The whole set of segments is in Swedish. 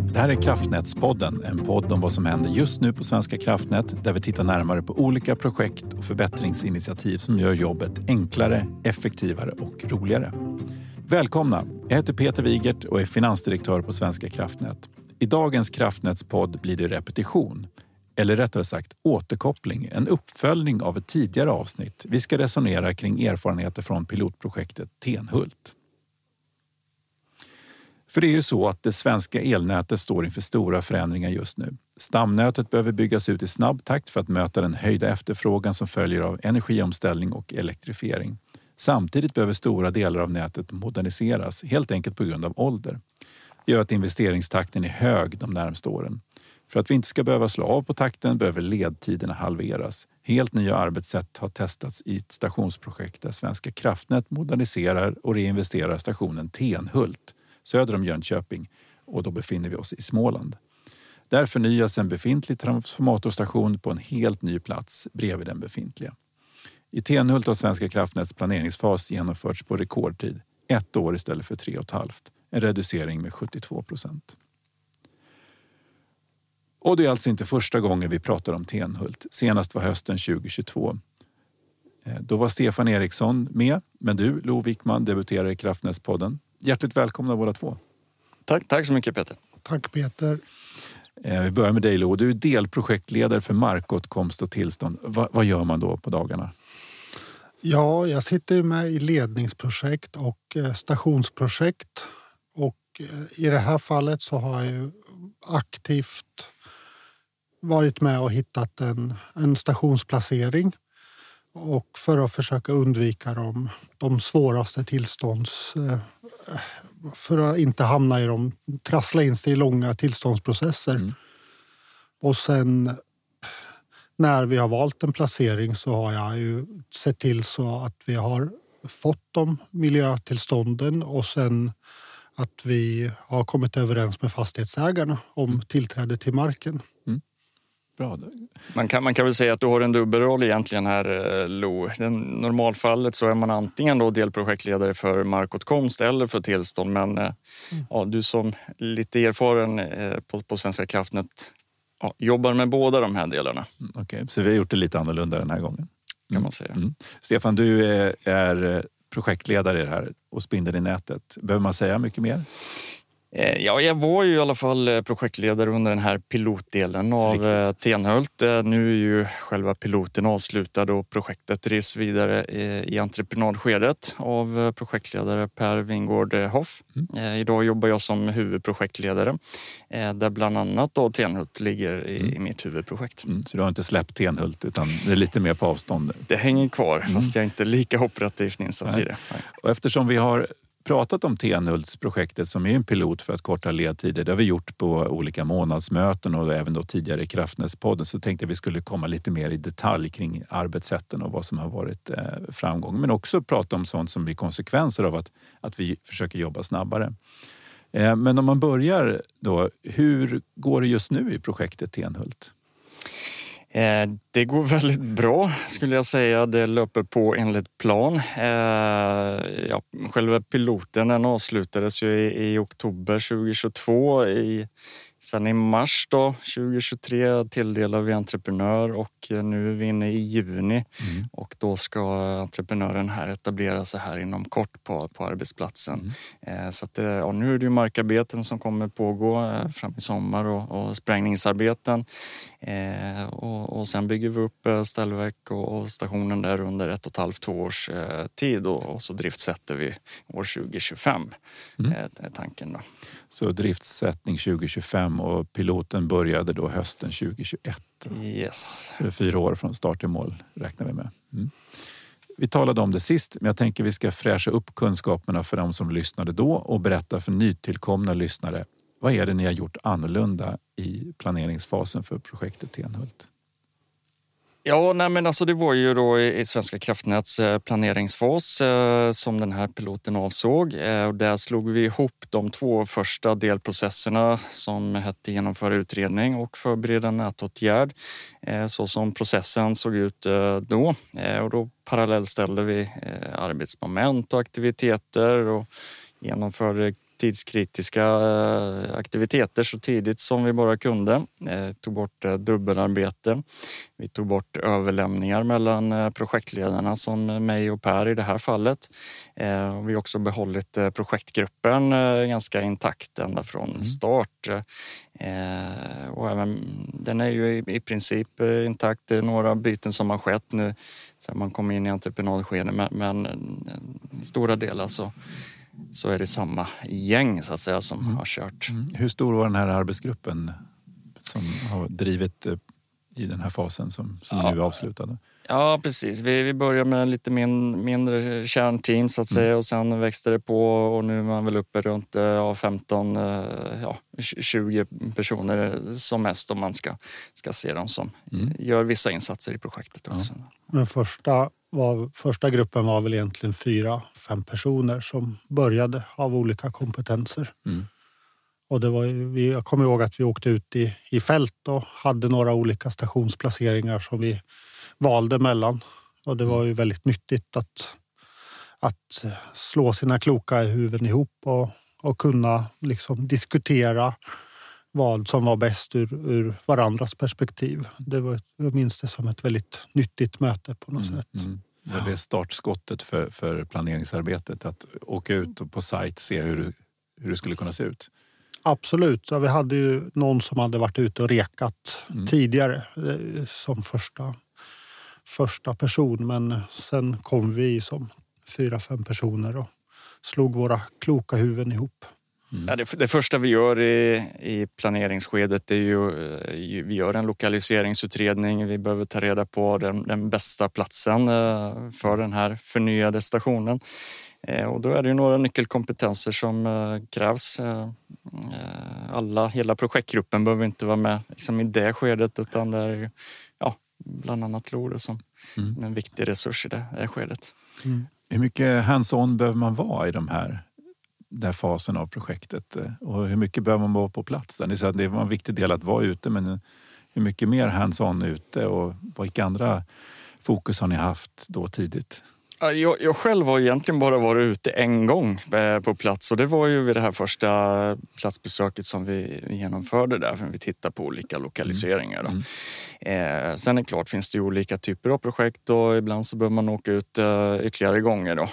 Det här är Kraftnätspodden, en podd om vad som händer just nu på Svenska kraftnät där vi tittar närmare på olika projekt och förbättringsinitiativ som gör jobbet enklare, effektivare och roligare. Välkomna! Jag heter Peter Wigert och är finansdirektör på Svenska kraftnät. I dagens Kraftnätspodd blir det repetition, eller rättare sagt återkoppling, en uppföljning av ett tidigare avsnitt. Vi ska resonera kring erfarenheter från pilotprojektet Tenhult. För det är ju så att det svenska elnätet står inför stora förändringar just nu. Stamnätet behöver byggas ut i snabb takt för att möta den höjda efterfrågan som följer av energiomställning och elektrifiering. Samtidigt behöver stora delar av nätet moderniseras, helt enkelt på grund av ålder. Det gör att investeringstakten är hög de närmaste åren. För att vi inte ska behöva slå av på takten behöver ledtiderna halveras. Helt nya arbetssätt har testats i ett stationsprojekt där Svenska kraftnät moderniserar och reinvesterar stationen Tenhult söder om Jönköping, och då befinner vi oss i Småland. Där förnyas en befintlig transformatorstation på en helt ny plats bredvid den befintliga. I Tenhult har Svenska kraftnäts planeringsfas genomförts på rekordtid, 1 år istället för 3,5. En reducering med 72%. Och det är alltså inte första gången vi pratar om Tenhult. Senast var hösten 2022. Då var Stefan Eriksson med, men du, Lo Wickman, debuterar i Kraftnätspodden. Hjärtligt välkomna båda två. Tack så mycket, Peter. Tack, Peter. Vi börjar med dig, Lo. Du är delprojektledare för markåtkomst och tillstånd. Vad gör man då på dagarna? Ja, jag sitter med i ledningsprojekt och stationsprojekt. Och i det här fallet så har jag ju aktivt varit med och hittat en stationsplacering. Och för att försöka undvika de svåraste för att inte hamna i trassla in sig i långa tillståndsprocesser. Mm. Och sen när vi har valt en placering så har jag ju sett till så att vi har fått de miljötillstånden och sen att vi har kommit överens med fastighetsägarna om tillträde till marken. Mm. Bra. Man kan väl säga att du har en dubbelroll egentligen här, Lo. I normalfallet så är man antingen då delprojektledare för markåtkomst eller för tillstånd. Men ja, du som lite erfaren på Svenska kraftnät jobbar med båda de här delarna. Okej, så vi har gjort det lite annorlunda den här gången. Kan man säga. Mm. Stefan, du är projektledare i det här och spindeln i nätet. Behöver man säga mycket mer? Ja, jag var ju i alla fall projektledare under den här pilotdelen av Tenhult. Nu är ju själva piloten avslutad och projektet drivs vidare i entreprenadskedet av projektledare Per Wingård Hoff. Idag jobbar jag som huvudprojektledare där bland annat då Tenhult ligger i mitt huvudprojekt. Så du har inte släppt Tenhult utan det är lite mer på avstånd? Det hänger kvar fast jag är inte lika operativt insatt i det. Nej. Och eftersom vi har pratat om Tenhultsprojektet som är en pilot för att korta ledtider. Det har vi gjort på olika månadsmöten och även då tidigare i Kraftnätspodden, så tänkte jag vi skulle komma lite mer i detalj kring arbetssätten och vad som har varit framgång. Men också prata om sånt som blir konsekvenser av att vi försöker jobba snabbare. Men om man börjar då, hur går det just nu i projektet Tenhult? Det går väldigt bra skulle jag säga. Det löper på enligt plan. Själva piloten den avslutades ju i oktober 2022. Sen i mars då, 2023 tilldelar vi entreprenör och nu är vi inne i juni. Och då ska entreprenören här etablera sig här inom kort på arbetsplatsen. Så att, nu är det ju markarbeten som kommer pågå fram i sommar och sprängningsarbeten. Och sen bygger vi upp ställverk och stationen där under 1,5-2 års tid och så driftsätter vi år 2025 är tanken då. Så driftsättning 2025 och piloten började då hösten 2021. Yes. Så det är 4 år från start till mål räknar vi med. Vi talade om det sist, men jag tänker vi ska fräscha upp kunskaperna för de som lyssnade då och berätta för nytillkomna lyssnare. Vad är det ni har gjort annorlunda i planeringsfasen för projektet Tenhult? Ja, men alltså det var ju då i Svenska kraftnäts planeringsfas som den här piloten avsåg. Och där slog vi ihop de 2 första delprocesserna som hette genomföra utredning och förbereda nätåtgärd. Så som processen såg ut då. Och då parallellställde vi arbetsmoment och aktiviteter och genomförde tidskritiska aktiviteter så tidigt som vi bara kunde. Tog bort dubbelarbete. Vi tog bort överlämningar mellan projektledarna som mig och Per i det här fallet. Vi har också behållit projektgruppen ganska intakt ända från start. Och även, den är ju i princip intakt. Det är några byten som har skett nu sen man kom in i entreprenadskedet, men i stora delar så är det samma gäng så att säga som har kört. Hur stor var den här arbetsgruppen som har drivit i den här fasen som nu är avslutad? Ja, precis. Vi började med lite mindre kärnteam så att säga och sen växte det på och nu är man väl uppe runt 15-20 personer som mest om man ska se dem som gör vissa insatser i projektet också. Den första gruppen var väl egentligen 4-5 personer som började av olika kompetenser. Och det var jag kommer ihåg att vi åkte ut i fält och hade några olika stationsplaceringar som vi valde mellan. Och det var ju väldigt nyttigt att slå sina kloka huvuden ihop och kunna liksom diskutera vad som var bäst ur varandras perspektiv. Jag minns det som ett väldigt nyttigt möte på något sätt. Var det startskottet för planeringsarbetet? Att åka ut på sajt, se hur det skulle kunna se ut? Absolut. Ja, vi hade ju någon som hade varit ute och rekat tidigare som första person. Men sen kom vi som 4-5 personer och slog våra kloka huvuden ihop. Ja, det första vi gör i planeringsskedet är ju vi gör en lokaliseringsutredning. Vi behöver ta reda på den bästa platsen för den här förnyade stationen. Och då är det ju några nyckelkompetenser som krävs. Hela projektgruppen behöver inte vara med liksom i det skedet utan det är bland annat Lore som en viktig resurs i det skedet. Hur mycket hands-on behöver man vara i den här fasen av projektet och hur mycket behöver man vara på plats där? Det var en viktig del att vara ute, men hur mycket mer hands-on ute och vilka andra fokus har ni haft då tidigt? Jag själv har egentligen bara varit ute en gång på plats och det var ju vid det här första platsbesöket som vi genomförde där för vi tittar på olika lokaliseringar. Då. Sen är det klart finns det ju olika typer av projekt och ibland så behöver man åka ut ytterligare gånger då.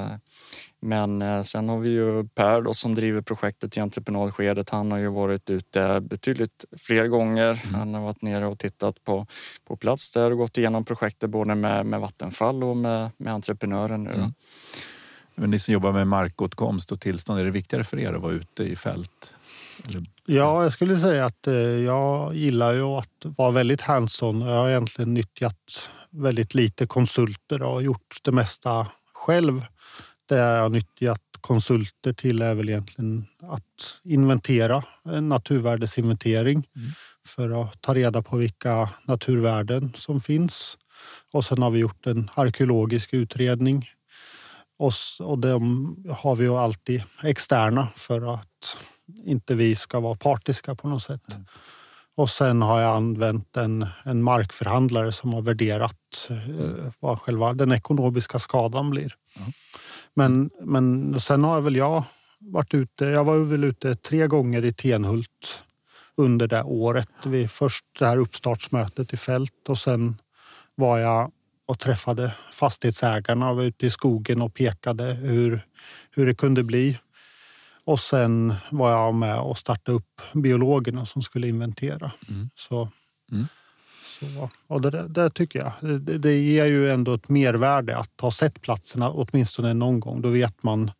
Men sen har vi ju Per då, som driver projektet i entreprenadskedet. Han har ju varit ute betydligt fler gånger. Han har varit nere och tittat på plats där och gått igenom projektet både med Vattenfall och med entreprenören nu då. Men ni som jobbar med markåtkomst och tillstånd, är det viktigare för er att vara ute i fält? Eller? Ja, jag skulle säga att jag gillar ju att vara väldigt hands-on. Jag har egentligen nyttjat väldigt lite konsulter och gjort det mesta själv. Det jag har nyttjat konsulter till är väl egentligen att inventera en naturvärdesinventering för att ta reda på vilka naturvärden som finns. Och sen har vi gjort en arkeologisk utredning och de har vi ju alltid externa för att inte vi ska vara partiska på något sätt. Och sen har jag använt en markförhandlare som har värderat vad själva den ekonomiska skadan blir. Men sen har jag varit ute. Jag var väl ute 3 gånger i Tenhult under det året. Först det här uppstartsmötet i fält och sen var jag och träffade fastighetsägarna och var ute i skogen och pekade hur det kunde bli. Och sen var jag med och startade upp biologerna som skulle inventera. Så, och det tycker jag. Det ger ju ändå ett mervärde att ha sett platserna åtminstone någon gång. Då vet man,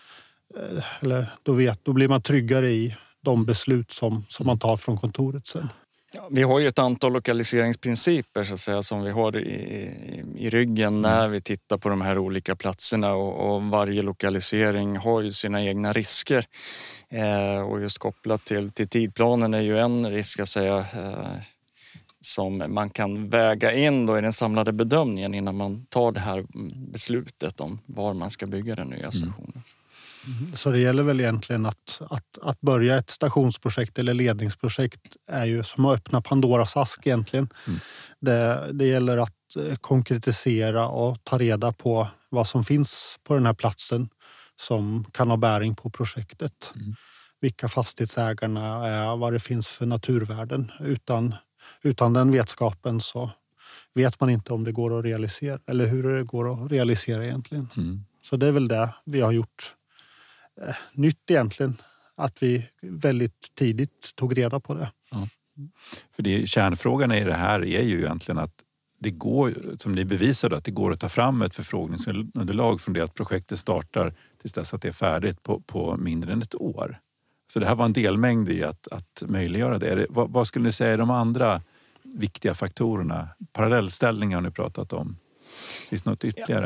då blir man tryggare i de beslut som man tar från kontoret sen. Ja, vi har ju ett antal lokaliseringsprinciper så att säga, som vi har i ryggen när vi tittar på de här olika platserna och varje lokalisering har ju sina egna risker. Och just kopplat till tidplanen är ju en risk ska säga, som man kan väga in då i den samlade bedömningen innan man tar det här beslutet om var man ska bygga den nya stationen. Så det gäller väl egentligen att börja ett stationsprojekt eller ledningsprojekt är ju som att öppna Pandoras ask egentligen. Det gäller att konkretisera och ta reda på vad som finns på den här platsen som kan ha bäring på projektet. Vilka fastighetsägarna är, vad det finns för naturvärden. Utan den vetskapen så vet man inte om det går att realisera eller hur det går att realisera egentligen. Så det är väl det vi har gjort nytt egentligen. Att vi väldigt tidigt tog reda på det. Ja. För kärnfrågan i det här är ju egentligen att det går, som ni bevisade, att det går att ta fram ett förfrågningsunderlag från det att projektet startar tills dess att det är färdigt på mindre än ett år. Så det här var en delmängd i att möjliggöra det. Vad skulle ni säga är de andra viktiga faktorerna? Parallellställningar har ni pratat om. Finns det något ytterligare?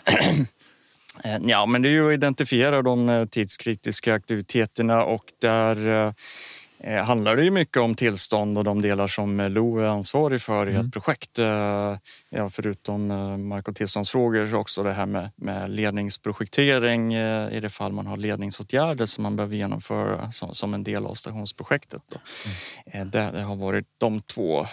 Ja, men det är ju att identifiera de tidskritiska aktiviteterna och där handlar det ju mycket om tillstånd och de delar som LO är ansvarig för i ett projekt. Ja, förutom mark- och tillståndsfrågor så också det här med ledningsprojektering i det fall man har ledningsåtgärder som man behöver genomföra som en del av stationsprojektet. Det har varit de två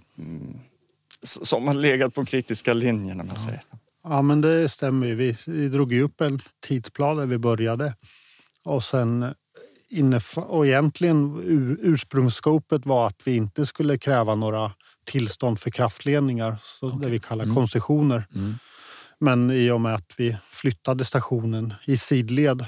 som har legat på kritiska linjerna, om jag säger. Ja, men det stämmer. Vi drog ju upp en tidsplan där vi började. Och sen och egentligen ursprungsskopet var att vi inte skulle kräva några tillstånd för kraftledningar, det vi kallar koncessioner. Men i och med att vi flyttade stationen i sidled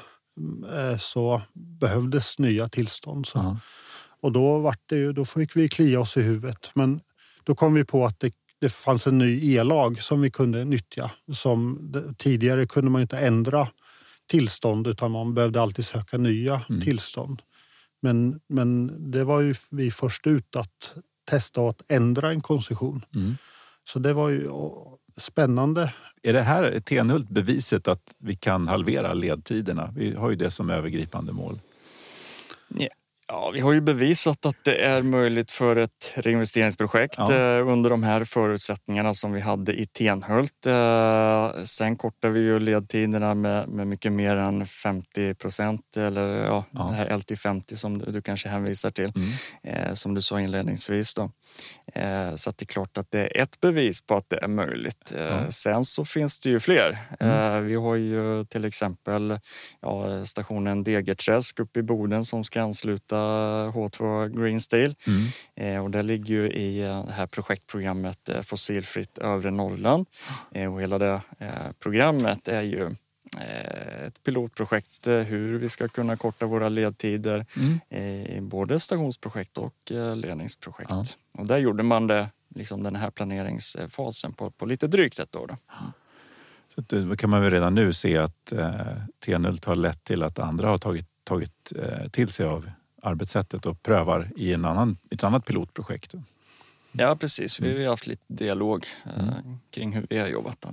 så behövdes nya tillstånd. Och då fick vi klia oss i huvudet. Men då kom vi på att det fanns en ny e-lag som vi kunde nyttja. Tidigare kunde man inte ändra tillstånd utan man behövde alltid söka nya tillstånd. Men det var ju vi först ut att testa att ändra en koncession. Så det var ju spännande. Är det här Tenhult beviset att vi kan halvera ledtiderna? Vi har ju det som övergripande mål. Ja, vi har ju bevisat att det är möjligt för ett reinvesteringsprojekt under de här förutsättningarna som vi hade i Tenhult. Sen kortar vi ju ledtiderna med mycket mer än 50% eller det här LT50 som du kanske hänvisar till, som du sa inledningsvis då. Så att det är klart att det är ett bevis på att det är möjligt. Sen så finns det ju fler. Vi har ju till exempel stationen Degerträsk uppe i Boden som ska ansluta H2 Green Steel. Och det ligger ju i det här projektprogrammet Fossilfritt övre Norrland. Och hela det programmet är ju ett pilotprojekt hur vi ska kunna korta våra ledtider i både stationsprojekt och ledningsprojekt. Och där gjorde man det, liksom den här planeringsfasen på lite drygt ett år. Då. Så då kan man väl redan nu se att Tenhult har lett till att andra har tagit till sig av arbetssättet och prövar i ett annat pilotprojekt. Ja, precis. Vi har haft lite dialog kring hur vi har jobbat.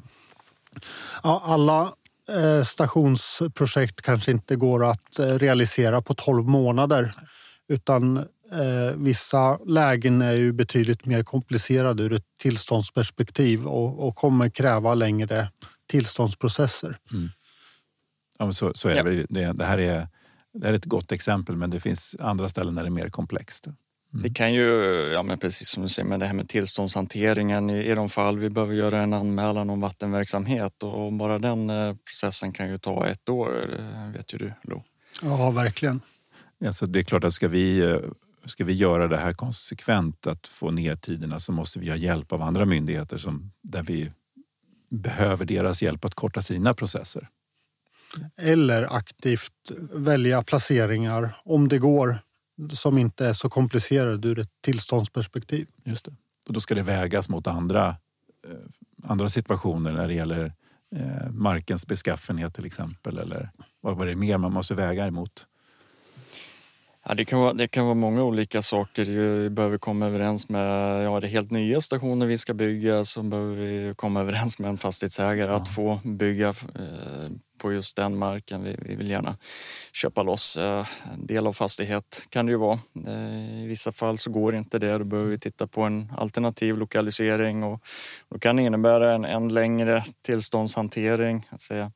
Ja, alla stationsprojekt kanske inte går att realisera på 12 månader. Utan vissa lägen är ju betydligt mer komplicerade ur ett tillståndsperspektiv och kommer kräva längre tillståndsprocesser. Ja, men så är det. Det här är ett gott exempel, men det finns andra ställen där det är mer komplext. Det kan ju, men precis som du säger, med det här med tillståndshanteringen i de fall vi behöver göra en anmälan om vattenverksamhet och bara den processen kan ju ta 1 år, vet ju du, Lo. Ja, verkligen. Alltså det är klart att ska vi göra det här konsekvent, att få ner tiderna, så måste vi ha hjälp av andra myndigheter där vi behöver deras hjälp att korta sina processer. Eller aktivt välja placeringar om det går som inte är så komplicerade ur ett tillståndsperspektiv. Just det. Och då ska det vägas mot andra situationer när det gäller markens beskaffenhet till exempel, eller vad det är mer man måste väga emot. Ja, det kan vara många olika saker. Vi behöver komma överens med det helt nya stationer vi ska bygga, så behöver vi komma överens med en fastighetsägare att få bygga på just den marken. Vi vill gärna köpa loss en del av fastighet, kan det ju vara. I vissa fall så går inte det. Då behöver vi titta på en alternativ lokalisering och då kan det innebära en längre tillståndshantering, att säga.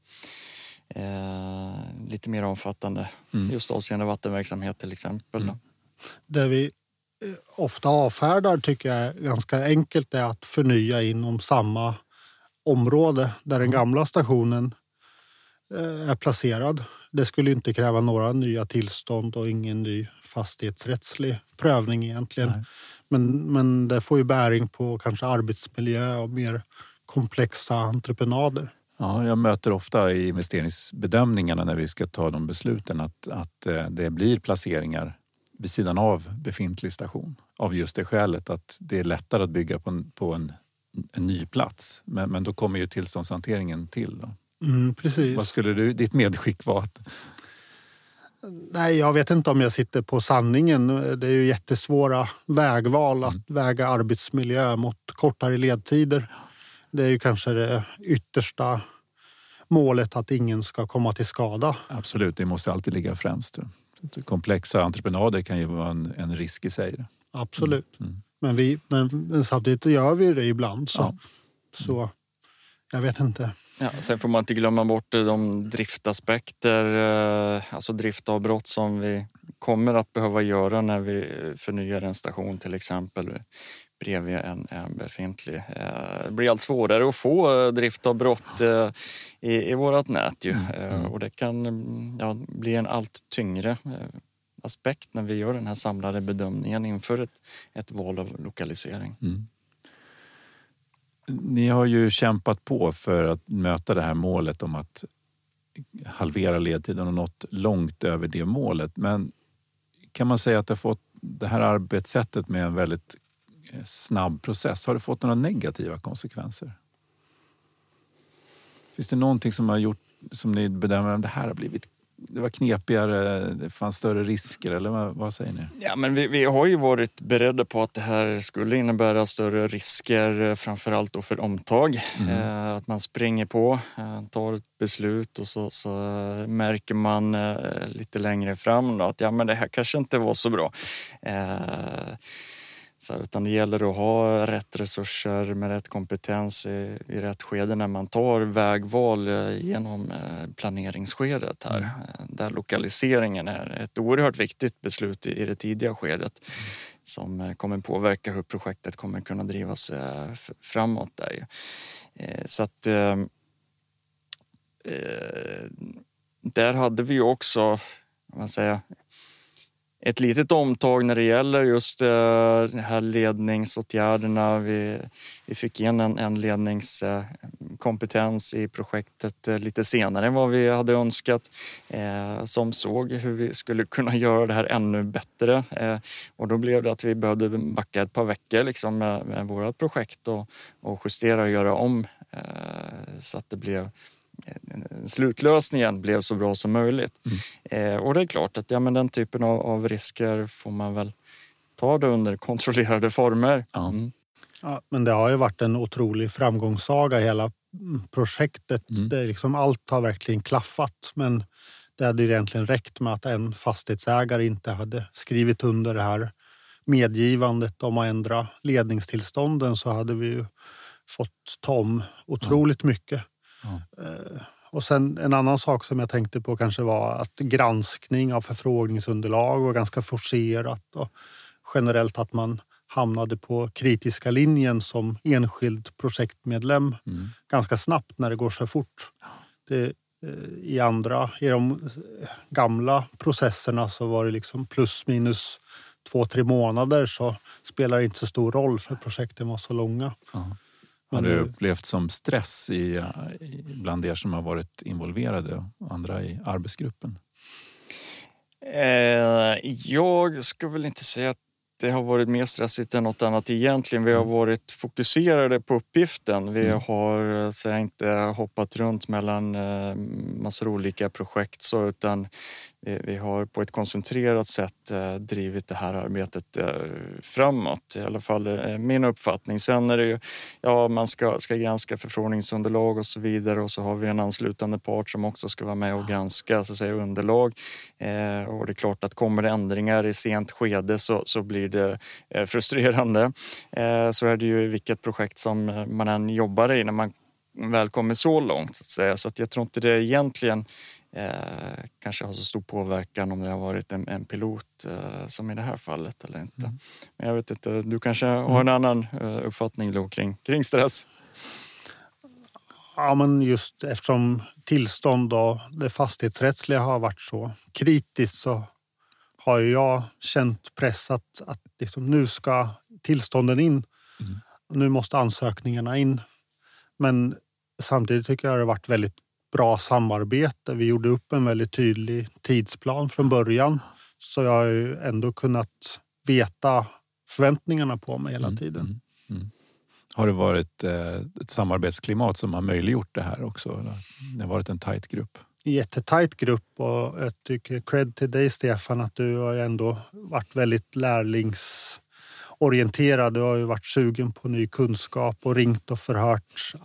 Lite mer omfattande just avseende vattenverksamhet till exempel. Det vi ofta avfärdar tycker jag är ganska enkelt är att förnya inom samma område där den gamla stationen är placerad. Det skulle inte kräva några nya tillstånd och ingen ny fastighetsrättslig prövning egentligen. Men det får ju bäring på kanske arbetsmiljö och mer komplexa entreprenader. Ja, jag möter ofta i investeringsbedömningarna när vi ska ta de besluten att det blir placeringar vid sidan av befintlig station. Av just det skälet att det är lättare att bygga på en ny plats. Men då kommer ju tillståndshanteringen till då. Precis. Vad skulle ditt medskick vara? Nej, jag vet inte om jag sitter på sanningen. Det är ju jättesvåra vägval att väga arbetsmiljö mot kortare ledtider. Det är ju kanske det yttersta målet att ingen ska komma till skada. Absolut, det måste alltid ligga främst. Komplexa entreprenader kan ju vara en risk i sig. Absolut. Men samtidigt gör vi det ibland. Så jag vet inte. Ja, sen får man inte glömma bort de driftaspekter, alltså driftavbrott som vi kommer att behöva göra när vi förnyar en station till exempel bredvid en befintlig. Det blir allt svårare att få driftavbrott i vårat nät ju. Och det kan bli en allt tyngre aspekt när vi gör den här samlade bedömningen inför ett val av lokalisering. Ni har ju kämpat på för att möta det här målet om att halvera ledtiden och nått långt över det målet. Men kan man säga att det har fått det här arbetssättet med en väldigt snabb process, har det fått några negativa konsekvenser? Finns det någonting som har gjort, som ni bedömer att det var knepigare, det fanns större risker eller vad säger ni? Ja, men vi har ju varit beredda på att det här skulle innebära större risker, framförallt då för omtag. Att man springer på, tar ett beslut och så märker man lite längre fram då, att men det här kanske inte var så bra. Utan det gäller att ha rätt resurser med rätt kompetens i rätt skede när man tar vägval genom planeringsskedet här. Där lokaliseringen är ett oerhört viktigt beslut i det tidiga skedet som kommer påverka hur projektet kommer kunna drivas framåt där. Så att där hade vi också, man säger, ett litet omtag när det gäller just de här ledningsåtgärderna. Vi fick in en ledningskompetens i projektet lite senare än vad vi hade önskat. Som såg hur vi skulle kunna göra det här ännu bättre. Och då blev det att vi behövde backa ett par veckor med vårt projekt och justera och göra om. Så att det blev... slutlösningen blev så bra som möjligt. Och det är klart att den typen av risker får man väl ta det under kontrollerade former. Ja, men det har ju varit en otrolig framgångssaga hela projektet. Det är allt har verkligen klaffat, men det hade egentligen räckt med att en fastighetsägare inte hade skrivit under det här medgivandet om att ändra ledningstillstånden, så hade vi ju fått ta om otroligt mycket. Och sen en annan sak som jag tänkte på kanske var att granskning av förfrågningsunderlag var ganska forcerat och generellt att man hamnade på kritiska linjen som enskild projektmedlem ganska snabbt när det går så fort. I de gamla processerna så var det plus minus 2-3 månader, så spelar det inte så stor roll för projekten var så långa. Har du upplevt som stress bland er som har varit involverade och andra i arbetsgruppen? Jag ska väl inte säga att det har varit mer stressigt än något annat egentligen. Vi har varit fokuserade på uppgiften. Vi har inte hoppat runt mellan massor olika projekt utan vi har på ett koncentrerat sätt drivit det här arbetet framåt. I alla fall min uppfattning. Sen är det ju, man ska granska förfrågningsunderlag och så vidare, och så har vi en anslutande part som också ska vara med och granska underlag. Och det är klart att kommer det ändringar i sent skede så blir det frustrerande. Så är det ju i vilket projekt som man än jobbar i när man väl kommer så långt, så att säga. Så att jag tror inte det egentligen kanske har så stor påverkan om det har varit en pilot som i det här fallet eller inte. Men jag vet inte, du kanske har en annan uppfattning då kring stress? Ja, men just eftersom tillstånd och det fastighetsrättsliga har varit så kritiskt så har jag känt press att liksom, nu ska tillstånden in. Nu måste ansökningarna in. Men samtidigt tycker jag det har varit väldigt bra samarbete. Vi gjorde upp en väldigt tydlig tidsplan från början. Så jag har ju ändå kunnat veta förväntningarna på mig hela tiden. Har det varit ett samarbetsklimat som har möjliggjort det här också? Eller? Det har varit en tajt grupp? Jättetajt grupp, och jag tycker cred till dig, Stefan, att du har ändå varit väldigt lärlingsorienterad. Du har ju varit sugen på ny kunskap och ringt och förhört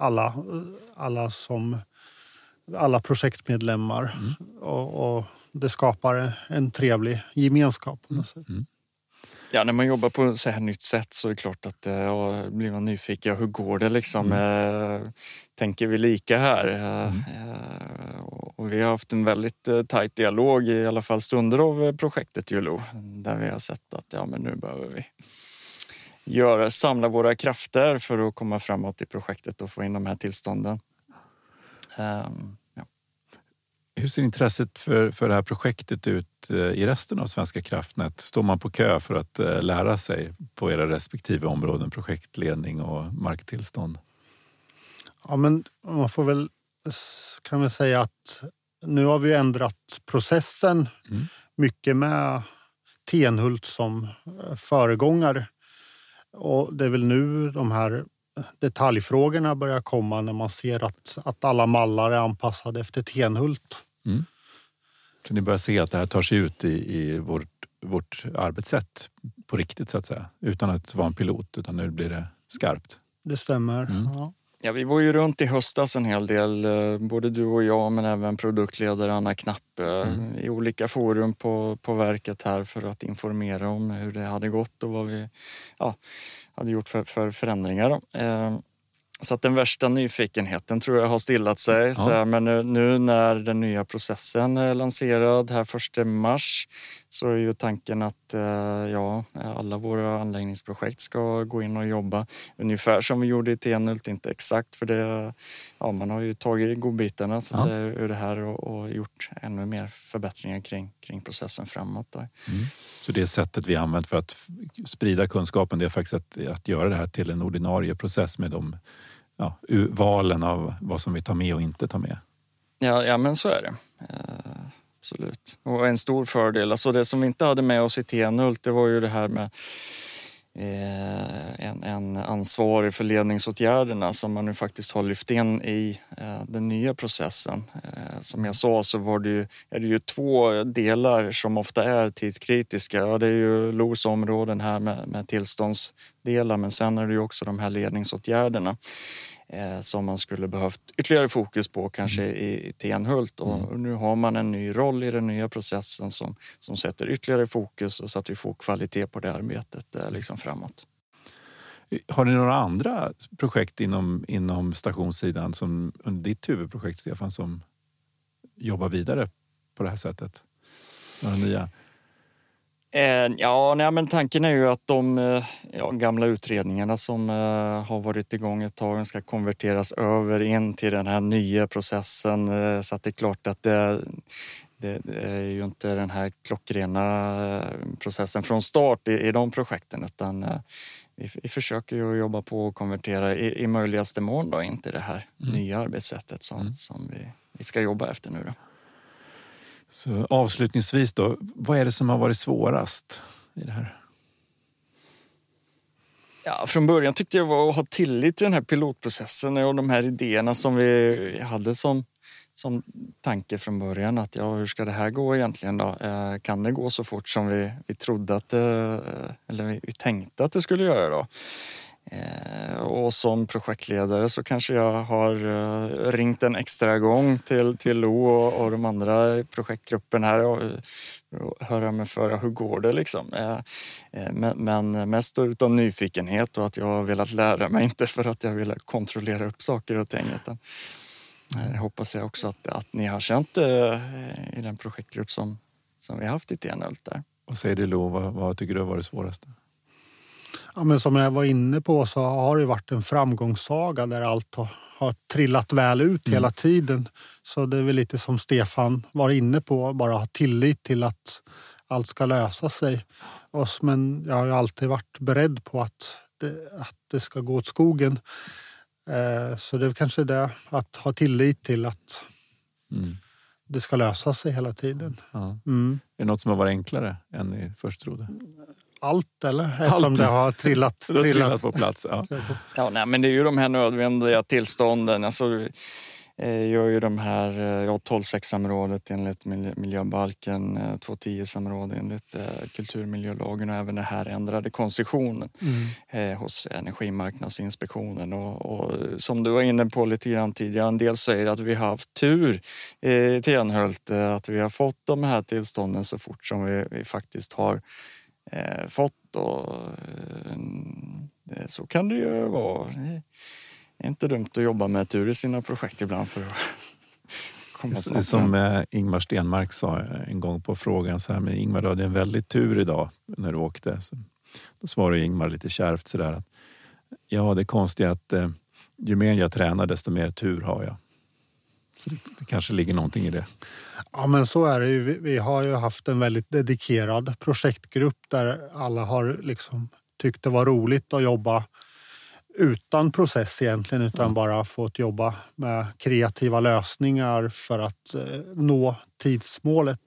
alla projektmedlemmar. Och det skapar en trevlig gemenskap på något sätt. Ja, när man jobbar på så här nytt sätt så är det klart att blir man nyfiken. Hur går det liksom? Tänker vi lika här? Och vi har haft en väldigt tajt dialog i alla fall stunder av projektet YOLO. Där vi har sett att men nu behöver vi samla våra krafter för att komma framåt i projektet och få in de här tillstånden. Hur ser intresset för det här projektet ut i resten av Svenska kraftnät? Står man på kö för att lära sig på era respektive områden, projektledning och marktillstånd? Ja, men man kan väl säga att nu har vi ändrat processen mycket med Tenhult som föregångare. Och det är väl nu de här detaljfrågorna börjar komma när man ser att alla mallar är anpassade efter Tenhult. Så ni börjar se att det här tar sig ut i vårt arbetssätt på riktigt så att säga. Utan att vara en pilot, utan nu blir det skarpt. Det stämmer, ja. Ja, vi var ju runt i höstas en hel del, både du och jag men även produktledare Anna Knapp i olika forum på verket här för att informera om hur det hade gått och vad vi hade gjort för förändringar. Så att den värsta nyfikenheten tror jag har stillat sig. Ja. Så här, men nu när den nya processen är lanserad här 1 mars så är ju tanken att alla våra anläggningsprojekt ska gå in och jobba ungefär som vi gjorde i Tenhult, inte exakt för det. Ja, man har ju tagit godbitarna så att säga, ur det här och gjort ännu mer förbättringar kring processen framåt. Där. Så det sättet vi använt för att sprida kunskapen, det är faktiskt att göra det här till en ordinarie process med de valen av vad som vi tar med och inte tar med. Ja, men så är det. Absolut. Och en stor fördel, alltså det som vi inte hade med oss i Tenhult, det var ju det här med en ansvarig för ledningsåtgärderna som man nu faktiskt har lyft in i den nya processen. Som jag sa så är det ju 2 delar som ofta är tidskritiska. Ja, det är ju LOs områden här med tillståndsdelar, men sen är det ju också de här ledningsåtgärderna som man skulle behövt ytterligare fokus på kanske i Tenhult. Och nu har man en ny roll i den nya processen som sätter ytterligare fokus så att vi får kvalitet på det arbetet liksom framåt. Har ni några andra projekt inom stationssidan som under ditt huvudprojekt, Stefan, som jobbar vidare på det här sättet? Några nya? Men tanken är ju att de gamla utredningarna som har varit igång ett tag ska konverteras över in till den här nya processen. Så att det är klart att det är ju inte den här klockrena processen från start i de projekten, utan vi försöker ju jobba på att konvertera i möjligaste mån då, in till det här nya arbetssättet som vi ska jobba efter nu då. Så avslutningsvis då, vad är det som har varit svårast i det här? Ja, från början tyckte jag var att ha tillit till den här pilotprocessen och de här idéerna som vi hade som tanke från början. Att hur ska det här gå egentligen då? Kan det gå så fort som vi trodde att vi tänkte att det skulle göra då? Och som projektledare så kanske jag har ringt en extra gång till LO och de andra projektgruppen här och höra mig för hur går det liksom. Men mest utav nyfikenhet och att jag har velat lära mig, inte för att jag vill kontrollera upp saker och ting. Utan jag hoppas jag också att ni har känt i den projektgrupp som vi har haft i Tenhult där. Vad säger du, Lo? Vad tycker du har varit svårast? Ja, men som jag var inne på så har det varit en framgångssaga där allt har trillat väl ut hela tiden. Så det är väl lite som Stefan var inne på, bara ha tillit till att allt ska lösa sig. Men jag har ju alltid varit beredd på att det ska gå åt skogen. Så det är kanske det, att ha tillit till att det ska lösa sig hela tiden. Ja. Är det något som har varit enklare än ni först trodde? Allt, eller? Eftersom det har trillat på plats. Ja. Ja, nej, men det är ju de här nödvändiga tillstånden. Alltså, gör ju de här 12:6-samrådet enligt miljöbalken, 2:10-samrådet enligt kulturmiljölagen och även det här ändrade koncessionen hos Energimarknadsinspektionen. Och som du var inne på lite grann tidigare, en del säger att vi har haft tur i Tenhult, att vi har fått de här tillstånden så fort som vi faktiskt har fått. Och så kan det ju vara. Det är inte dumt att jobba med tur i sina projekt ibland för att komma snabbt. Som Ingmar Stenmark sa en gång på frågan så här, men Ingmar, du hade en väldigt tur idag när du åkte. Så då svarade Ingmar lite kärvt sådär att ja, det är konstigt att ju mer jag tränar desto mer tur har jag. Så det kanske ligger någonting i det. Ja, men så är det ju. Vi har ju haft en väldigt dedikerad projektgrupp där alla har liksom tyckt det var roligt att jobba utan process egentligen, utan bara fått jobba med kreativa lösningar för att nå tidsmålet.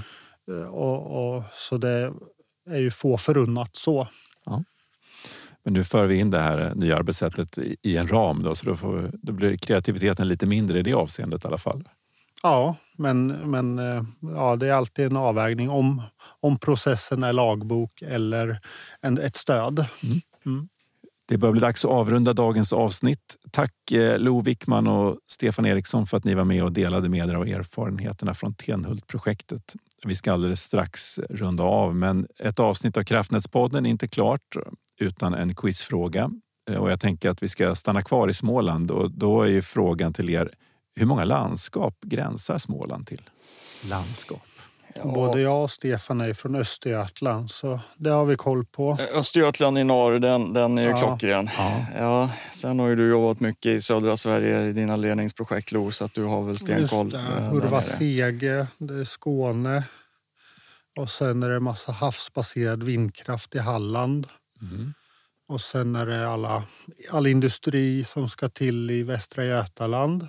Och så det är ju få förunnat så. Ja. Men nu för vi in det här nya arbetssättet i en ram då, så då blir kreativiteten lite mindre i det avseendet i alla fall. Ja, men ja, det är alltid en avvägning om processen är lagbok eller ett stöd. Det börjar bli dags att avrunda dagens avsnitt. Tack Lo Wickman och Stefan Eriksson för att ni var med och delade med er av erfarenheterna från Tenhult-projektet. Vi ska alldeles strax runda av, men ett avsnitt av Kraftnätspodden är inte klart utan en quizfråga. Och jag tänker att vi ska stanna kvar i Småland, och då är ju frågan till er: hur många landskap gränsar Småland till? Landskap. Ja. Både jag och Stefan är från Östergötland, så det har vi koll på. Östergötland i norr, den är ju klockren. Ja, sen har ju du jobbat mycket i södra Sverige i dina ledningsprojekt, Lo, så att du har väl stenkoll. Hurvasege, det är Skåne. Och sen är det massa havsbaserad vindkraft i Halland. Och sen är det all industri som ska till i Västra Götaland.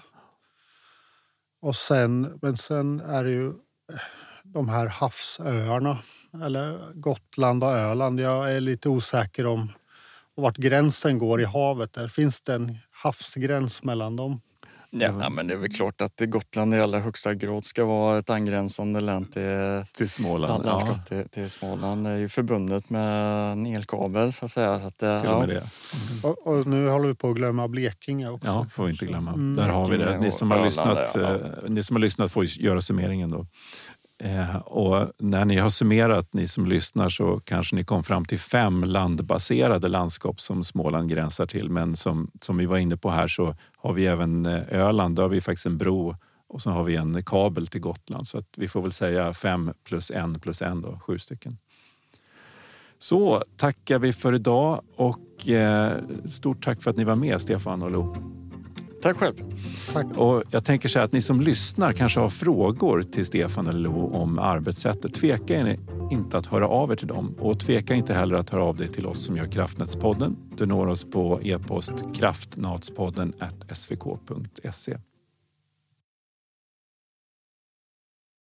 Och sen är det ju de här havsöarna, eller Gotland och Öland. Jag är lite osäker om vart gränsen går i havet. Där finns det en havsgräns mellan dem. Ja, men det är väl klart att Gotland i allra högsta grad ska vara ett angränsande län till Småland. Landskap till Småland. Det är ju förbundet med en elkabel så att säga. Så att, till och med det. Och nu håller vi på att glömma Blekinge också. Ja, får vi inte glömma. Där har vi det. Ni som har lyssnat får göra summeringen då. Och när ni har summerat, ni som lyssnar, så kanske ni kom fram till 5 landbaserade landskap som Småland gränsar till. Men som vi var inne på här så har vi även Öland, där har vi faktiskt en bro, och så har vi en kabel till Gotland. Så att vi får väl säga 5 + 1 + 1 då, 7 stycken. Så tackar vi för idag, och stort tack för att ni var med, Stefan och Lo. Tack själv. Tack. Och jag tänker så här att ni som lyssnar kanske har frågor till Stefan eller Lo om arbetssättet. Tveka inte att höra av er till dem, och tveka inte heller att höra av dig till oss som gör Kraftnätspodden. Du når oss på e-post kraftnatspodden@svk.se.